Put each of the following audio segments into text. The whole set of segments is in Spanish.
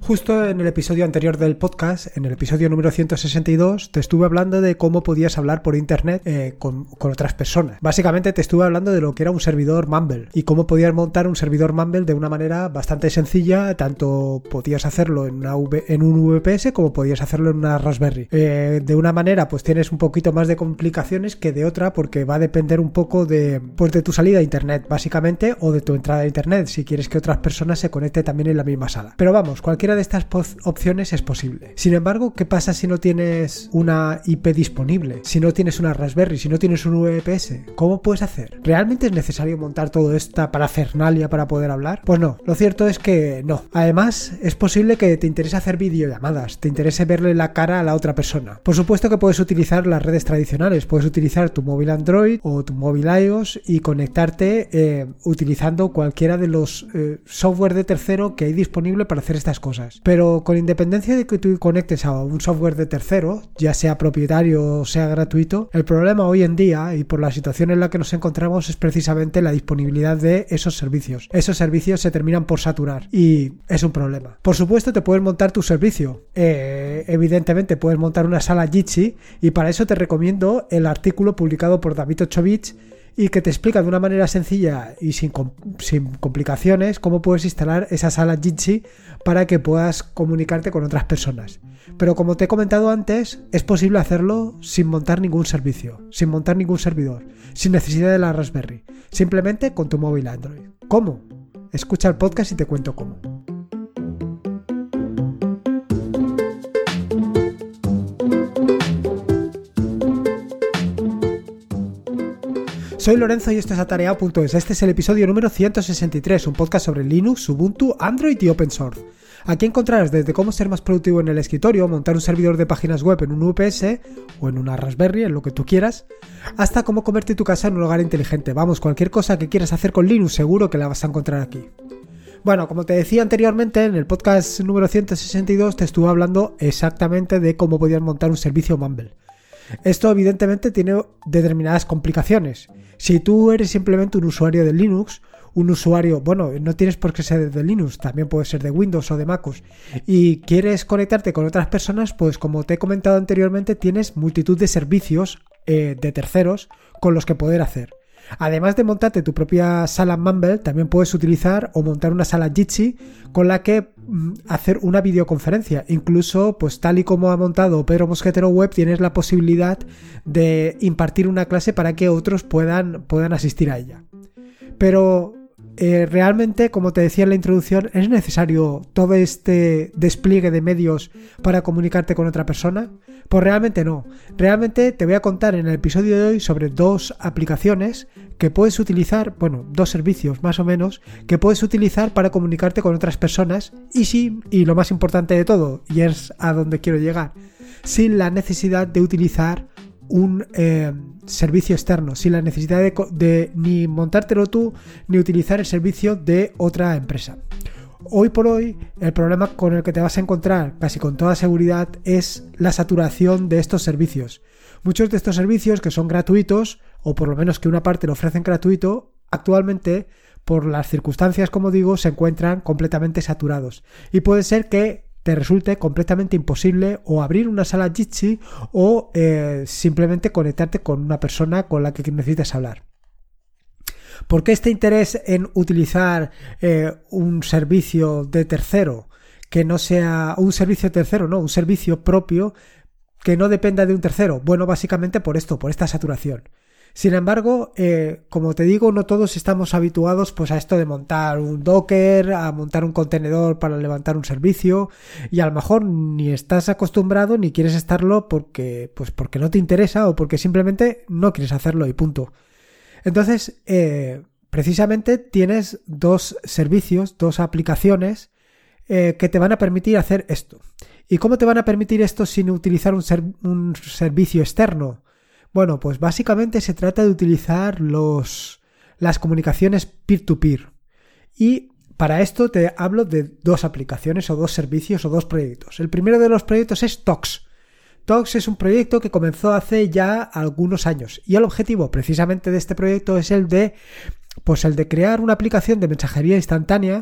Justo en el episodio anterior del podcast, en el episodio número 162, te estuve hablando de cómo podías hablar por internet con otras personas. Básicamente te estuve hablando de lo que era un servidor Mumble y cómo podías montar un servidor Mumble de una manera bastante sencilla. Tanto podías hacerlo en un VPS como podías hacerlo en una Raspberry. De una manera pues tienes un poquito más de complicaciones que de otra, porque va a depender un poco de tu salida a internet básicamente, o de tu entrada a internet, si quieres que otras personas se conecten también en la misma sala. Pero vamos, cualquiera de estas opciones es posible. Sin embargo, ¿qué pasa si no tienes una IP disponible? Si no tienes una Raspberry, si no tienes un VPS, ¿cómo puedes hacer? ¿Realmente es necesario montar toda esta parafernalia para poder hablar? Pues no, lo cierto es que no. Además, es posible que te interese hacer videollamadas, te interese verle la cara a la otra persona. Por supuesto que puedes utilizar las redes tradicionales, puedes utilizar tu móvil Android o tu móvil iOS y conectarte utilizando cualquiera de los software de tercero que hay disponible para hacer estas cosas. Pero con independencia de que tú conectes a un software de tercero, ya sea propietario o sea gratuito, el problema hoy en día y por la situación en la que nos encontramos es precisamente la disponibilidad de esos servicios. Esos servicios se terminan por saturar y es un problema. Por supuesto te puedes montar tu servicio. Evidentemente puedes montar una sala Jitsi, y para eso te recomiendo el artículo publicado por David Ochovich y que te explica de una manera sencilla y sin complicaciones cómo puedes instalar esa sala Jitsi para que puedas comunicarte con otras personas. Pero como te he comentado antes, es posible hacerlo sin montar ningún servicio, sin montar ningún servidor, sin necesidad de la Raspberry, simplemente con tu móvil Android. ¿Cómo? Escucha el podcast y te cuento cómo. Soy Lorenzo y esto es Atareado.es. Este es el episodio número 163, un podcast sobre Linux, Ubuntu, Android y Open Source. Aquí encontrarás desde cómo ser más productivo en el escritorio, montar un servidor de páginas web en un VPS o en una Raspberry, en lo que tú quieras, hasta cómo convertir tu casa en un hogar inteligente. Vamos, cualquier cosa que quieras hacer con Linux seguro que la vas a encontrar aquí. Bueno, como te decía anteriormente, en el podcast número 162 te estuve hablando exactamente de cómo podías montar un servicio Mumble. Esto evidentemente tiene determinadas complicaciones. Si tú eres simplemente un usuario de Linux, un usuario, bueno, no tienes por qué ser de Linux, también puede ser de Windows o de MacOS, y quieres conectarte con otras personas, pues como te he comentado anteriormente, tienes multitud de servicios de terceros con los que poder hacer. Además de montarte tu propia sala Mumble, también puedes utilizar o montar una sala Jitsi con la que hacer una videoconferencia. Incluso, pues tal y como ha montado Pedro Mosquetero Web, tienes la posibilidad de impartir una clase para que otros puedan asistir a ella. Pero realmente, como te decía en la introducción, ¿es necesario todo este despliegue de medios para comunicarte con otra persona? Pues realmente no. Realmente te voy a contar en el episodio de hoy sobre dos aplicaciones que puedes utilizar, bueno, dos servicios más o menos, que puedes utilizar para comunicarte con otras personas y lo más importante de todo, y es a donde quiero llegar, sin la necesidad de utilizar un servicio externo, sin la necesidad de ni montártelo tú ni utilizar el servicio de otra empresa. Hoy por hoy el problema con el que te vas a encontrar casi con toda seguridad es la saturación de estos servicios. Muchos de estos servicios, que son gratuitos, o por lo menos que una parte lo ofrecen gratuito, actualmente por las circunstancias, como digo, se encuentran completamente saturados, y puede ser que te resulte completamente imposible o abrir una sala Jitsi o simplemente conectarte con una persona con la que necesites hablar. ¿Por qué este interés en utilizar un servicio de tercero que no sea un servicio tercero, no, un servicio propio que no dependa de un tercero? Bueno, básicamente por esto, por esta saturación. Sin embargo, como te digo, no todos estamos habituados pues a esto de montar un Docker, a montar un contenedor para levantar un servicio, y a lo mejor ni estás acostumbrado ni quieres estarlo porque no te interesa o porque simplemente no quieres hacerlo y punto. Entonces, precisamente tienes dos servicios, dos aplicaciones que te van a permitir hacer esto. ¿Y cómo te van a permitir esto sin utilizar un servicio externo? Bueno, pues básicamente se trata de utilizar las comunicaciones peer-to-peer. Y para esto te hablo de dos aplicaciones o dos servicios o dos proyectos. El primero de los proyectos es Tox. Tox es un proyecto que comenzó hace ya algunos años, y el objetivo precisamente de este proyecto es el de crear una aplicación de mensajería instantánea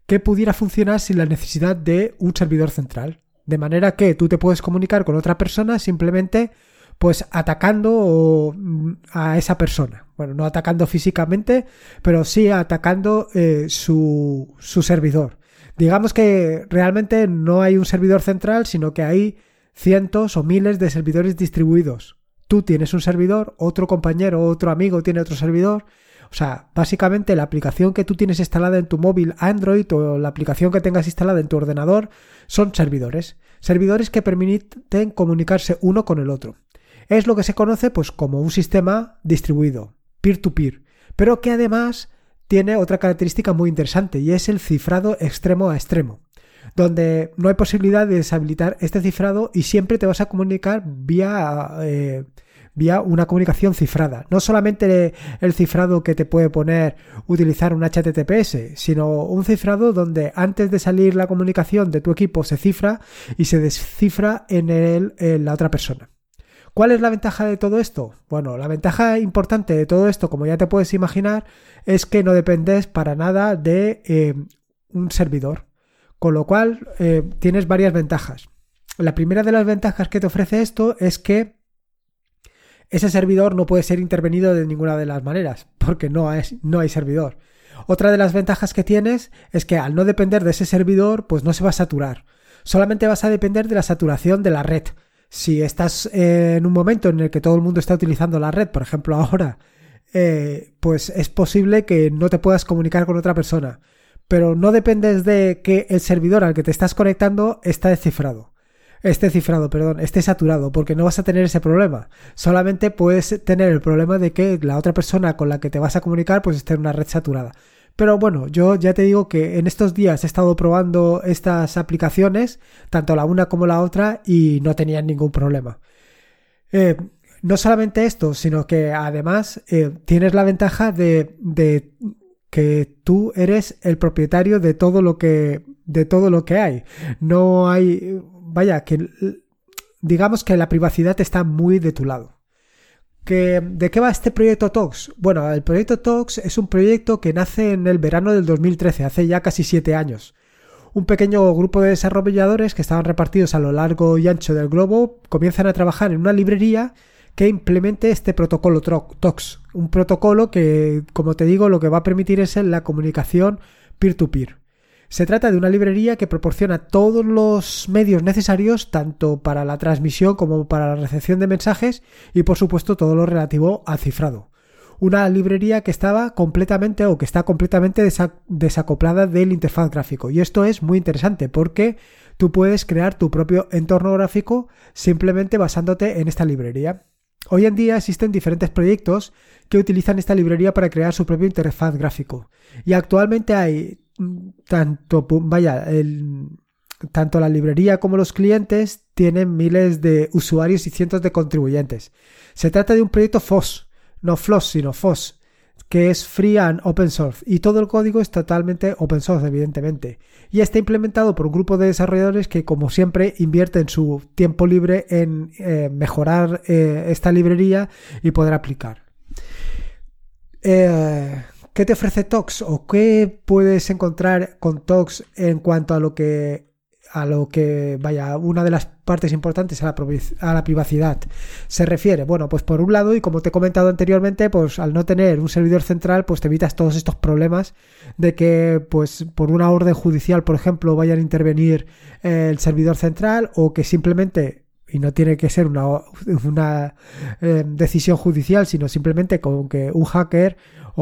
que pudiera funcionar sin la necesidad de un servidor central. De manera que tú te puedes comunicar con otra persona simplemente pues atacando a esa persona. Bueno, no atacando físicamente, pero sí atacando su servidor. Digamos que realmente no hay un servidor central, sino que hay cientos o miles de servidores distribuidos. Tú tienes un servidor, otro compañero, otro amigo tiene otro servidor. O sea, básicamente la aplicación que tú tienes instalada en tu móvil Android o la aplicación que tengas instalada en tu ordenador son servidores. Servidores que permiten comunicarse uno con el otro. Es lo que se conoce pues como un sistema distribuido, peer-to-peer, pero que además tiene otra característica muy interesante y es el cifrado extremo a extremo, donde no hay posibilidad de deshabilitar este cifrado y siempre te vas a comunicar vía una comunicación cifrada. No solamente el cifrado que te puede utilizar un HTTPS, sino un cifrado donde antes de salir la comunicación de tu equipo se cifra y se descifra en la otra persona. ¿Cuál es la ventaja de todo esto? Bueno, la ventaja importante de todo esto, como ya te puedes imaginar, es que no dependes para nada de un servidor. Con lo cual, tienes varias ventajas. La primera de las ventajas que te ofrece esto es que ese servidor no puede ser intervenido de ninguna de las maneras, porque no hay servidor. Otra de las ventajas que tienes es que al no depender de ese servidor, pues no se va a saturar. Solamente vas a depender de la saturación de la red. Si estás en un momento en el que todo el mundo está utilizando la red, por ejemplo ahora, pues es posible que no te puedas comunicar con otra persona. Pero no dependes de que el servidor al que te estás conectando esté saturado, porque no vas a tener ese problema. Solamente puedes tener el problema de que la otra persona con la que te vas a comunicar pues esté en una red saturada. Pero bueno, yo ya te digo que en estos días he estado probando estas aplicaciones, tanto la una como la otra, y no tenían ningún problema. No solamente esto, sino que además tienes la ventaja de que tú eres el propietario de todo lo que hay. No hay, digamos que la privacidad está muy de tu lado. ¿De qué va este proyecto Tox? Bueno, el proyecto Tox es un proyecto que nace en el verano del 2013, hace ya casi 7 años. Un pequeño grupo de desarrolladores que estaban repartidos a lo largo y ancho del globo comienzan a trabajar en una librería que implemente este protocolo Tox. Un protocolo que, como te digo, lo que va a permitir es la comunicación peer-to-peer. Se trata de una librería que proporciona todos los medios necesarios tanto para la transmisión como para la recepción de mensajes y por supuesto todo lo relativo al cifrado. Una librería que está completamente desacoplada del interfaz gráfico, y esto es muy interesante porque tú puedes crear tu propio entorno gráfico simplemente basándote en esta librería. Hoy en día existen diferentes proyectos que utilizan esta librería para crear su propio interfaz gráfico y actualmente hay tanto la librería como los clientes tienen miles de usuarios y cientos de contribuyentes. Se trata de un proyecto FOSS, no FLOSS, sino FOSS, que es Free and Open Source, y todo el código es totalmente open source, evidentemente, y está implementado por un grupo de desarrolladores que, como siempre, invierten su tiempo libre en mejorar esta librería y poder aplicar. ¿Qué te ofrece Tox o qué puedes encontrar con Tox en cuanto a lo que una de las partes importantes a la privacidad se refiere? Bueno, pues por un lado, y como te he comentado anteriormente, pues al no tener un servidor central, pues te evitas todos estos problemas de que, pues por una orden judicial, por ejemplo, vayan a intervenir el servidor central, o que simplemente, y no tiene que ser una decisión judicial, sino simplemente con que un hacker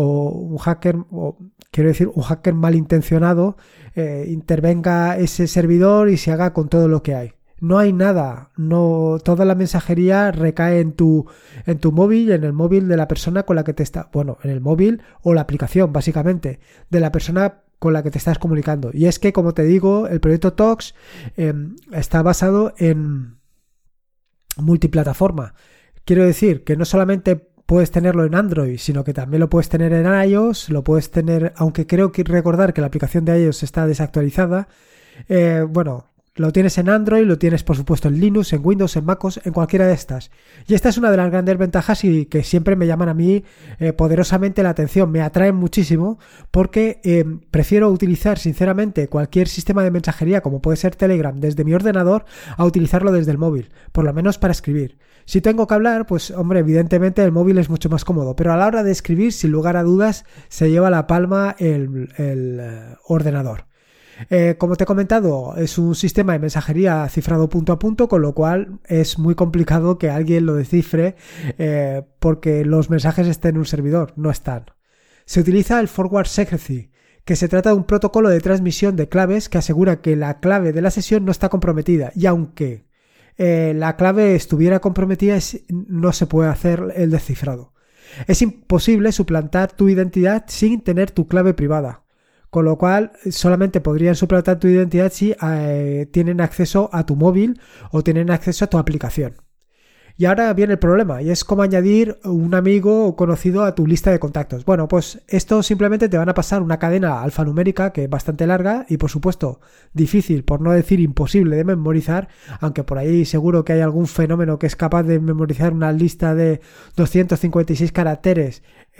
malintencionado intervenga ese servidor y se haga con todo lo que hay. No hay nada, toda la mensajería recae en tu móvil, en el móvil de la persona con la que en el móvil o la aplicación, básicamente, de la persona con la que te estás comunicando. Y es que, como te digo, el proyecto Tox está basado en multiplataforma. Quiero decir que no solamente puedes tenerlo en Android, sino que también lo puedes tener en iOS, lo puedes tener, aunque creo que recordar que la aplicación de iOS está desactualizada. Lo tienes en Android, lo tienes por supuesto en Linux, en Windows, en MacOS, en cualquiera de estas. Y esta es una de las grandes ventajas y que siempre me llaman a mí poderosamente la atención, me atraen muchísimo porque prefiero utilizar sinceramente cualquier sistema de mensajería como puede ser Telegram desde mi ordenador a utilizarlo desde el móvil, por lo menos para escribir. Si tengo que hablar, pues hombre, evidentemente el móvil es mucho más cómodo, pero a la hora de escribir, sin lugar a dudas, se lleva la palma el ordenador. Como te he comentado, es un sistema de mensajería cifrado punto a punto, con lo cual es muy complicado que alguien lo descifre porque los mensajes estén en un servidor, no están. Se utiliza el Forward Secrecy, que se trata de un protocolo de transmisión de claves que asegura que la clave de la sesión no está comprometida, y aunque la clave estuviera comprometida, no se puede hacer el descifrado. Es imposible suplantar tu identidad sin tener tu clave privada. Con lo cual, solamente podrían suplantar tu identidad si tienen acceso a tu móvil o tienen acceso a tu aplicación. Y ahora viene el problema, y es cómo añadir un amigo o conocido a tu lista de contactos. Bueno, pues esto simplemente te van a pasar una cadena alfanumérica que es bastante larga y, por supuesto, difícil, por no decir imposible de memorizar, aunque por ahí seguro que hay algún fenómeno que es capaz de memorizar una lista de 256 caracteres,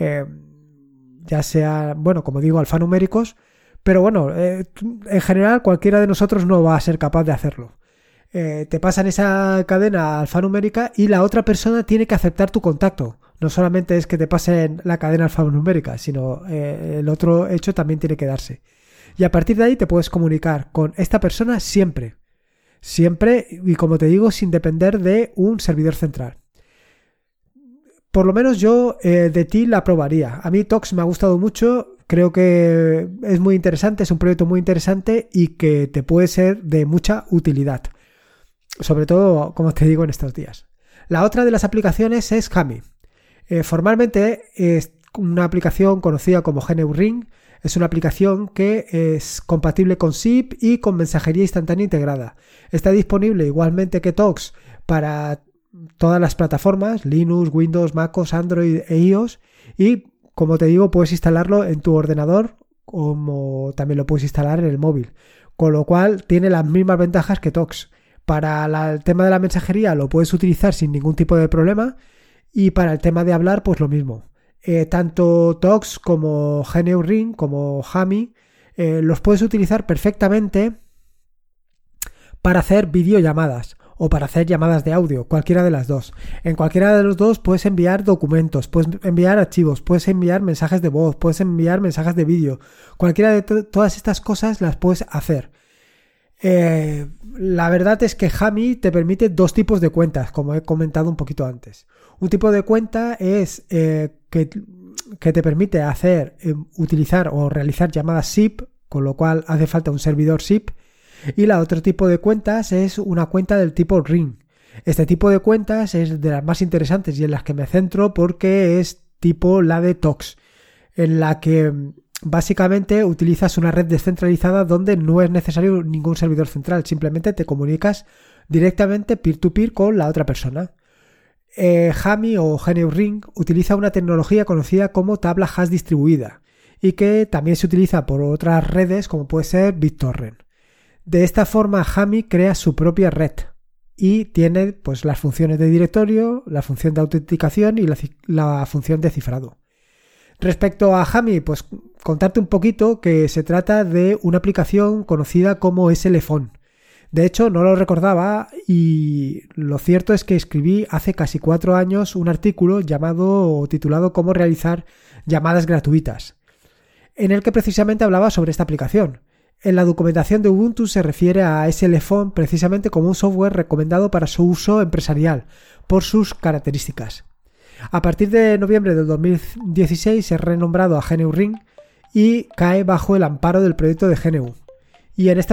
ya sea, bueno, como digo, alfanuméricos, pero bueno, en general cualquiera de nosotros no va a ser capaz de hacerlo. Te pasan esa cadena alfanumérica y la otra persona tiene que aceptar tu contacto. No solamente es que te pasen la cadena alfanumérica, sino el otro hecho también tiene que darse. Y a partir de ahí te puedes comunicar con esta persona siempre. Siempre, y como te digo, sin depender de un servidor central. Por lo menos yo de ti la probaría. A mí Tox me ha gustado mucho, creo que es muy interesante, es un proyecto muy interesante y que te puede ser de mucha utilidad. Sobre todo, como te digo, en estos días. La otra de las aplicaciones es Hami. Formalmente es una aplicación conocida como GNU Ring. Es una aplicación que es compatible con SIP y con mensajería instantánea integrada. Está disponible igualmente que Tox para todas las plataformas, Linux, Windows, MacOS, Android e iOS, y como te digo, puedes instalarlo en tu ordenador como también lo puedes instalar en el móvil, con lo cual tiene las mismas ventajas que Tox. Para el tema de la mensajería lo puedes utilizar sin ningún tipo de problema y para el tema de hablar pues lo mismo. Tanto Tox como GNU Ring como Hami los puedes utilizar perfectamente para hacer videollamadas o para hacer llamadas de audio, cualquiera de las dos. En cualquiera de los dos puedes enviar documentos, puedes enviar archivos, puedes enviar mensajes de voz, puedes enviar mensajes de vídeo. Cualquiera de todas estas cosas las puedes hacer. La verdad es que Hami te permite dos tipos de cuentas, como he comentado un poquito antes. Un tipo de cuenta es que te permite utilizar o realizar llamadas SIP, con lo cual hace falta un servidor SIP. Y la otro tipo de cuentas es una cuenta del tipo Ring. Este tipo de cuentas es de las más interesantes y en las que me centro porque es tipo la de Tox, en la que básicamente utilizas una red descentralizada donde no es necesario ningún servidor central, simplemente te comunicas directamente peer-to-peer con la otra persona. Hami o GNU Ring utiliza una tecnología conocida como tabla hash distribuida y que también se utiliza por otras redes como puede ser BitTorrent. De esta forma, Hami crea su propia red y tiene pues las funciones de directorio, la función de autenticación y la función de cifrado. Respecto a Hami, pues contarte un poquito que se trata de una aplicación conocida como SLphone. De hecho, no lo recordaba y lo cierto es que escribí hace casi 4 años un artículo titulado Cómo realizar llamadas gratuitas, en el que precisamente hablaba sobre esta aplicación. En la documentación de Ubuntu se refiere a SLphone precisamente como un software recomendado para su uso empresarial por sus características. A partir de noviembre del 2016 se ha renombrado a GNU Ring y cae bajo el amparo del proyecto de GNU. Y en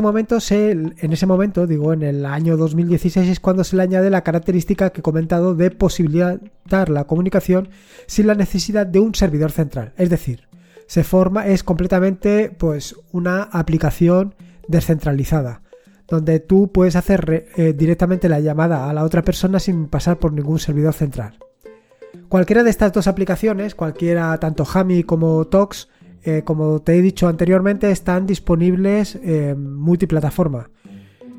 el año 2016 es cuando se le añade la característica que he comentado de posibilitar la comunicación sin la necesidad de un servidor central. Es decir, es completamente pues una aplicación descentralizada, donde tú puedes hacer directamente la llamada a la otra persona sin pasar por ningún servidor central. Cualquiera de estas dos aplicaciones, tanto Hami como Tox, como te he dicho anteriormente, están disponibles multiplataforma.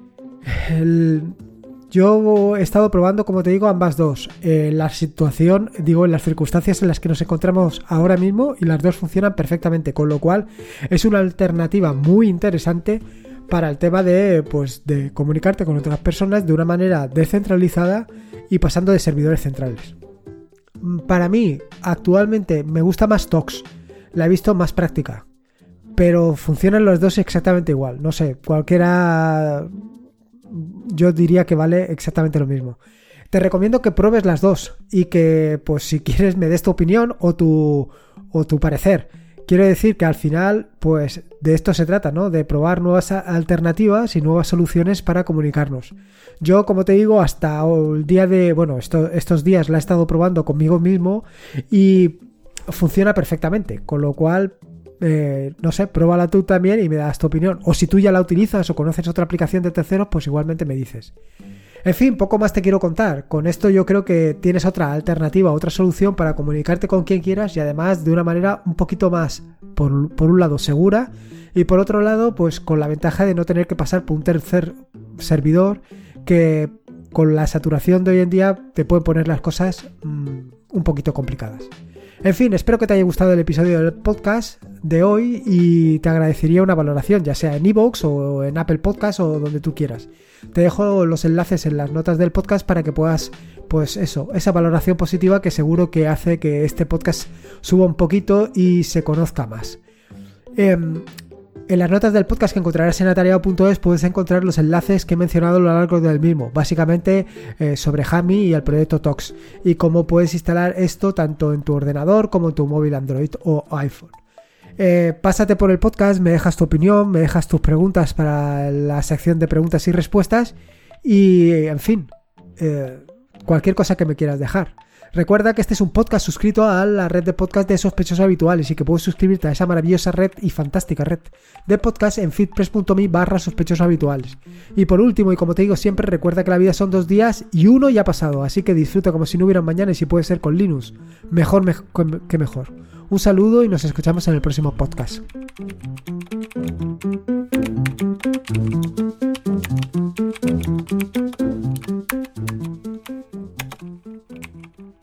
Yo he estado probando, como te digo, ambas dos. En las circunstancias en las que nos encontramos ahora mismo, y las dos funcionan perfectamente, con lo cual es una alternativa muy interesante para el tema de comunicarte con otras personas de una manera descentralizada y pasando de servidores centrales. Para mí, actualmente me gusta más Tox, la he visto más práctica, pero funcionan los dos exactamente igual. No sé, cualquiera yo diría que vale exactamente lo mismo. Te recomiendo que pruebes las dos y que, pues, si quieres, me des tu opinión o tu parecer. Quiero decir que al final, pues, de esto se trata, ¿no? De probar nuevas alternativas y nuevas soluciones para comunicarnos. Yo, como te digo, hasta el día de... Bueno, estos días la he estado probando conmigo mismo y funciona perfectamente, con lo cual... no sé, pruébala tú también y me das tu opinión. O si tú ya la utilizas o conoces otra aplicación de terceros, pues igualmente me dices. En fin, poco más te quiero contar. Con esto yo creo que tienes otra alternativa, otra solución para comunicarte con quien quieras y además de una manera un poquito más, por un lado, segura y por otro lado, pues con la ventaja de no tener que pasar por un tercer servidor que con la saturación de hoy en día te pueden poner las cosas un poquito complicadas. En fin, espero que te haya gustado el episodio del podcast de hoy y te agradecería una valoración, ya sea en iVoox o en Apple Podcast o donde tú quieras. Te dejo los enlaces en las notas del podcast para que puedas, pues eso, esa valoración positiva que seguro que hace que este podcast suba un poquito y se conozca más. En las notas del podcast que encontrarás en atareado.es puedes encontrar los enlaces que he mencionado a lo largo del mismo, básicamente sobre Hami y el proyecto Tox y cómo puedes instalar esto tanto en tu ordenador como en tu móvil Android o iPhone. Pásate por el podcast, me dejas tu opinión, me dejas tus preguntas para la sección de preguntas y respuestas y, en fin, cualquier cosa que me quieras dejar. Recuerda que este es un podcast suscrito a la red de podcast de Sospechosos Habituales y que puedes suscribirte a esa maravillosa red y fantástica red de podcast en feedpress.me/sospechosos-habituales. Y por último, y como te digo siempre, recuerda que la vida son 2 días y uno ya ha pasado, así que disfruta como si no hubiera un mañana y si puede ser con Linux, mejor que mejor. Un saludo y nos escuchamos en el próximo podcast.